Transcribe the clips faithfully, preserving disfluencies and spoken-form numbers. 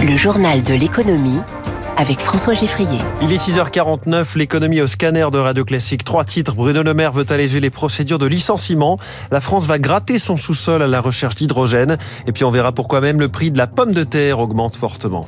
Le journal de l'économie avec François Geffrier. Il est six heures quarante-neuf, l'économie au scanner de Radio Classique. Trois titres. Bruno Le Maire veut alléger les procédures de licenciement. La France va gratter son sous-sol à la recherche d'hydrogène. Et puis on verra pourquoi même le prix de la pomme de terre augmente fortement.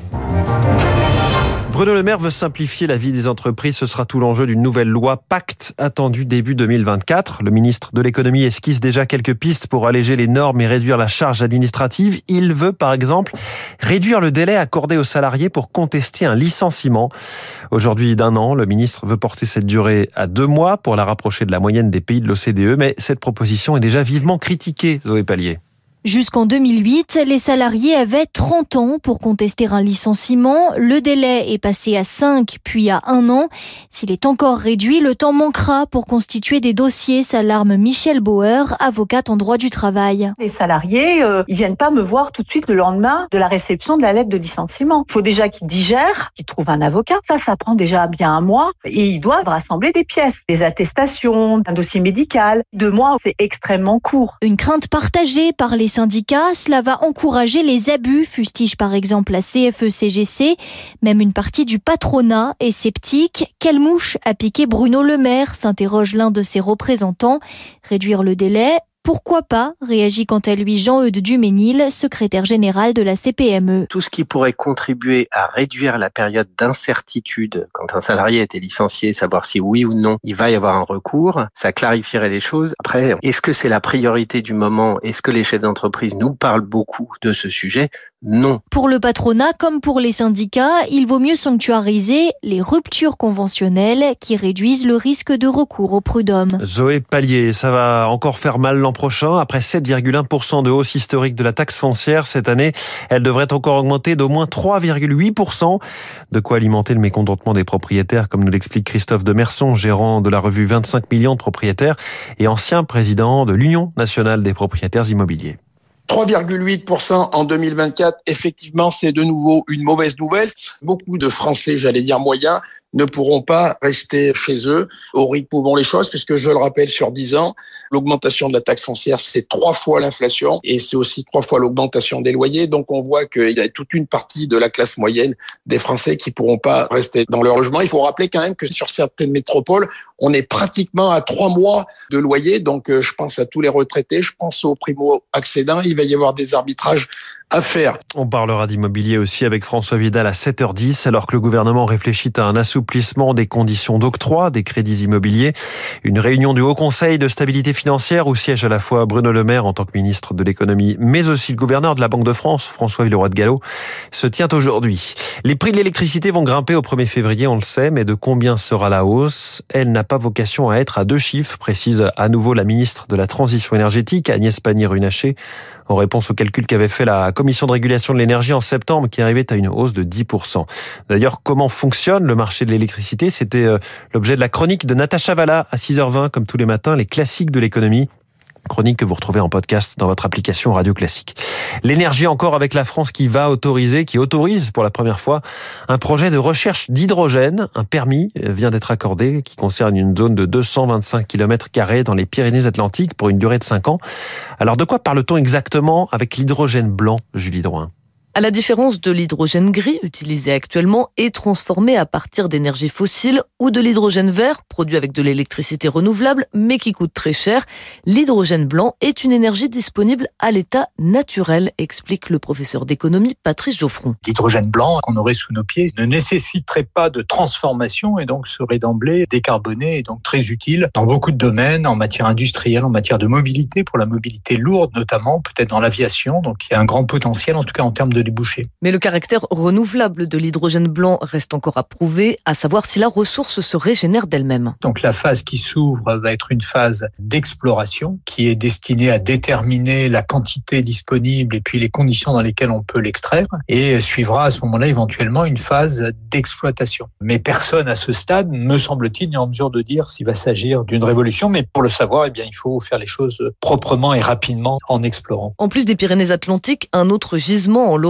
Bruno Le Maire veut simplifier la vie des entreprises. Ce sera tout l'enjeu d'une nouvelle loi Pacte attendue début deux mille vingt-quatre. Le ministre de l'économie esquisse déjà quelques pistes pour alléger les normes et réduire la charge administrative. Il veut par exemple réduire le délai accordé aux salariés pour contester un licenciement. Aujourd'hui d'un an, le ministre veut porter cette durée à deux mois pour la rapprocher de la moyenne des pays de l'O C D E. Mais cette proposition est déjà vivement critiquée, Zoé Pallier. Jusqu'en deux mille huit, les salariés avaient trente ans pour contester un licenciement. Le délai est passé à cinq, puis à un an. S'il est encore réduit, le temps manquera pour constituer des dossiers, s'alarme Michèle Bauer, avocate en droit du travail. Les salariés, euh, ils viennent pas me voir tout de suite le lendemain de la réception de la lettre de licenciement. Il faut déjà qu'ils digèrent, qu'ils trouvent un avocat. Ça, ça prend déjà bien un mois. Et ils doivent rassembler des pièces, des attestations, un dossier médical. Deux mois, c'est extrêmement court. Une crainte partagée par les syndicats, cela va encourager les abus, fustige par exemple la C F E C G C. Même une partie du patronat est sceptique. Quelle mouche a piqué Bruno Le Maire, s'interroge l'un de ses représentants. Réduire le délai, pourquoi pas, réagit quant à lui Jean-Eudes Duménil, secrétaire général de la C P M E. Tout ce qui pourrait contribuer à réduire la période d'incertitude quand un salarié a été licencié, savoir si oui ou non il va y avoir un recours, ça clarifierait les choses. Après, est-ce que c'est la priorité du moment? Est-ce que les chefs d'entreprise nous parlent beaucoup de ce sujet? Non. Pour le patronat comme pour les syndicats, il vaut mieux sanctuariser les ruptures conventionnelles qui réduisent le risque de recours au prud'homme. Zoé Pallier, ça va encore faire mal l'an prochain. Après sept virgule un pour cent de hausse historique de la taxe foncière cette année, elle devrait encore augmenter d'au moins trois virgule huit pour cent. De quoi alimenter le mécontentement des propriétaires, comme nous l'explique Christophe Demerson, gérant de la revue vingt-cinq millions de propriétaires et ancien président de l'Union nationale des propriétaires immobiliers. trois virgule huit pour cent en deux mille vingt-quatre, effectivement, c'est de nouveau une mauvaise nouvelle. Beaucoup de Français, j'allais dire moyens, ne pourront pas rester chez eux au rythme où vont les choses, puisque je le rappelle, sur dix ans, l'augmentation de la taxe foncière, c'est trois fois l'inflation et c'est aussi trois fois l'augmentation des loyers. Donc on voit qu'il y a toute une partie de la classe moyenne des Français qui pourront pas rester dans leur logement. Il faut rappeler quand même que sur certaines métropoles, on est pratiquement à trois mois de loyer. Donc je pense à tous les retraités, je pense aux primo-accédants. Il va y avoir des arbitrages à faire. On parlera d'immobilier aussi avec François Vidal à sept heures dix, alors que le gouvernement réfléchit à un assouplissement des conditions d'octroi des crédits immobiliers. Une réunion du Haut Conseil de stabilité financière où siège à la fois Bruno Le Maire en tant que ministre de l'économie, mais aussi le gouverneur de la Banque de France, François Villeroy de Galhau, se tient aujourd'hui. Les prix de l'électricité vont grimper au premier février, on le sait, mais de combien sera la hausse? Elle n'a pas vocation à être à deux chiffres, précise à nouveau la ministre de la Transition énergétique, Agnès Pannier-Runacher, en réponse au calcul qu'avait fait la Commission de régulation de l'énergie en septembre, qui arrivait à une hausse de dix pour cent. D'ailleurs, comment fonctionne le marché de l'électricité? C'était l'objet de la chronique de Natacha Valla à six heures vingt, comme tous les matins, les classiques de l'économie. Chronique que vous retrouvez en podcast dans votre application Radio Classique. L'énergie encore avec la France qui va autoriser, qui autorise pour la première fois un projet de recherche d'hydrogène. Un permis vient d'être accordé qui concerne une zone de deux cent vingt-cinq kilomètres carrés dans les Pyrénées-Atlantiques pour une durée de cinq ans. Alors de quoi parle-t-on exactement avec l'hydrogène blanc, Julie Drouin? À la différence de l'hydrogène gris utilisé actuellement et transformé à partir d'énergie fossile ou de l'hydrogène vert produit avec de l'électricité renouvelable mais qui coûte très cher, l'hydrogène blanc est une énergie disponible à l'état naturel, explique le professeur d'économie Patrice Geoffron. L'hydrogène blanc qu'on aurait sous nos pieds ne nécessiterait pas de transformation et donc serait d'emblée décarboné et donc très utile dans beaucoup de domaines, en matière industrielle, en matière de mobilité, pour la mobilité lourde notamment, peut-être dans l'aviation. Donc il y a un grand potentiel en tout cas en termes de débouchés. Mais le caractère renouvelable de l'hydrogène blanc reste encore à prouver, à savoir si la ressource se régénère d'elle-même. Donc la phase qui s'ouvre va être une phase d'exploration qui est destinée à déterminer la quantité disponible et puis les conditions dans lesquelles on peut l'extraire, et suivra à ce moment-là éventuellement une phase d'exploitation. Mais personne à ce stade, me semble-t-il, n'est en mesure de dire s'il va s'agir d'une révolution, mais pour le savoir, eh bien, il faut faire les choses proprement et rapidement en explorant. En plus des Pyrénées-Atlantiques, un autre gisement en Lorraine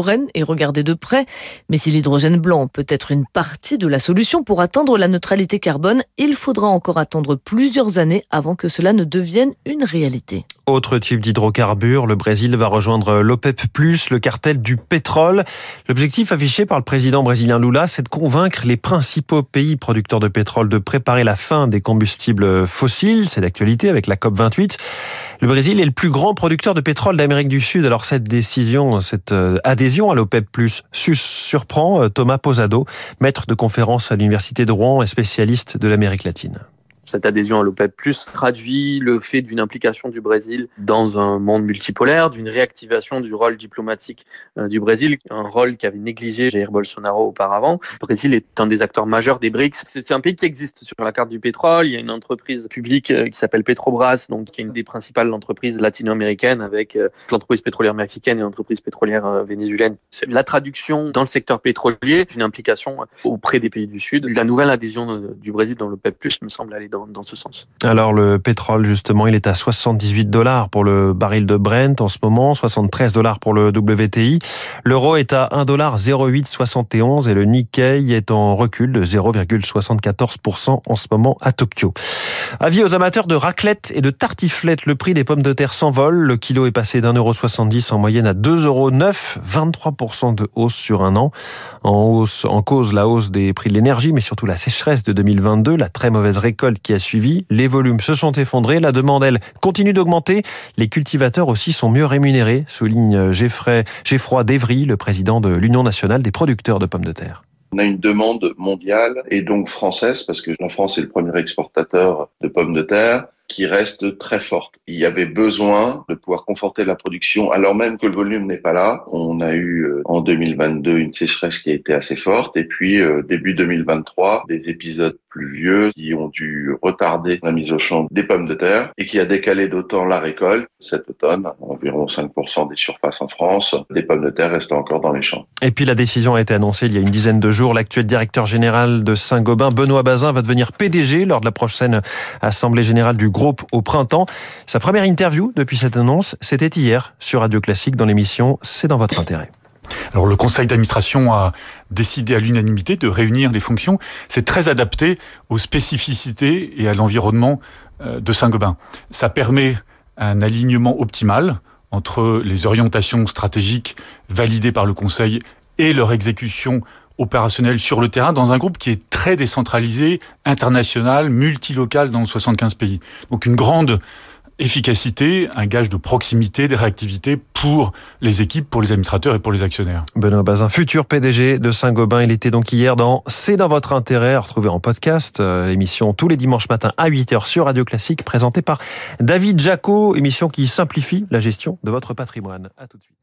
Lorraine est regardé de près. Mais si l'hydrogène blanc peut être une partie de la solution pour atteindre la neutralité carbone, il faudra encore attendre plusieurs années avant que cela ne devienne une réalité. Autre type d'hydrocarbures, le Brésil va rejoindre l'OPEP plus, le cartel du pétrole. L'objectif affiché par le président brésilien Lula, c'est de convaincre les principaux pays producteurs de pétrole de préparer la fin des combustibles fossiles. C'est d'actualité avec la COP vingt-huit. Le Brésil est le plus grand producteur de pétrole d'Amérique du Sud. Alors cette décision, cette adhésion à l'OPEP plus surprend Thomas Posado, maître de conférence à l'Université de Rouen et spécialiste de l'Amérique latine. Cette adhésion à l'OPEP plus, traduit le fait d'une implication du Brésil dans un monde multipolaire, d'une réactivation du rôle diplomatique du Brésil, un rôle qu'avait négligé Jair Bolsonaro auparavant. Le Brésil est un des acteurs majeurs des BRICS. C'est un pays qui existe sur la carte du pétrole. Il y a une entreprise publique qui s'appelle Petrobras, donc qui est une des principales entreprises latino-américaines avec l'entreprise pétrolière mexicaine et l'entreprise pétrolière vénézuélienne. C'est la traduction dans le secteur pétrolier d'une implication auprès des pays du Sud. La nouvelle adhésion du Brésil dans l'OPEP plus me semble aller dans, dans ce sens. Alors le pétrole, justement, il est à soixante-dix-huit dollars pour le baril de Brent en ce moment, soixante-treize dollars pour le W T I. L'euro est à un dollar zéro virgule huit soixante et onze et le Nikkei est en recul de zéro virgule soixante-quatorze pour cent en ce moment à Tokyo. Avis aux amateurs de raclette et de tartiflette, le prix des pommes de terre s'envole. Le kilo est passé d'un euro soixante-dix en moyenne à deux euros neuf, vingt-trois pour cent de hausse sur un an. En hausse, en cause la hausse des prix de l'énergie, mais surtout la sécheresse de deux mille vingt-deux, la très mauvaise récolte qui a suivi. Les volumes se sont effondrés, la demande, elle, continue d'augmenter. Les cultivateurs aussi sont mieux rémunérés, souligne Geoffroy, Geoffroy Devry, le président de l'Union nationale des producteurs de pommes de terre. On a une demande mondiale et donc française, parce que la France est le premier exportateur de pommes de terre, qui reste très forte. Il y avait besoin de pouvoir conforter la production alors même que le volume n'est pas là. On a eu euh, en deux mille vingt-deux une sécheresse qui a été assez forte et puis euh, début deux mille vingt-trois des épisodes pluvieux qui ont dû retarder la mise au champ des pommes de terre et qui a décalé d'autant la récolte. Cet automne, environ cinq pour cent des surfaces en France, des pommes de terre restent encore dans les champs. Et puis la décision a été annoncée il y a une dizaine de jours. L'actuel directeur général de Saint-Gobain, Benoît Bazin, va devenir P D G lors de la prochaine assemblée générale du groupe au printemps. Sa première interview depuis cette annonce, c'était hier sur Radio Classique dans l'émission C'est dans votre intérêt. Alors le conseil d'administration a décidé à l'unanimité de réunir les fonctions. C'est très adapté aux spécificités et à l'environnement de Saint-Gobain. Ça permet un alignement optimal entre les orientations stratégiques validées par le conseil et leur exécution opérationnelle sur le terrain dans un groupe qui est très décentralisé, international, multilocal dans soixante-quinze pays. Donc une grande efficacité, un gage de proximité, de réactivité pour les équipes, pour les administrateurs et pour les actionnaires. Benoît Bazin, futur P D G de Saint-Gobain, il était donc hier dans C'est dans votre intérêt, à retrouver en podcast, euh, l'émission tous les dimanches matins à huit heures sur Radio Classique, présentée par David Jacot, émission qui simplifie la gestion de votre patrimoine. À tout de suite.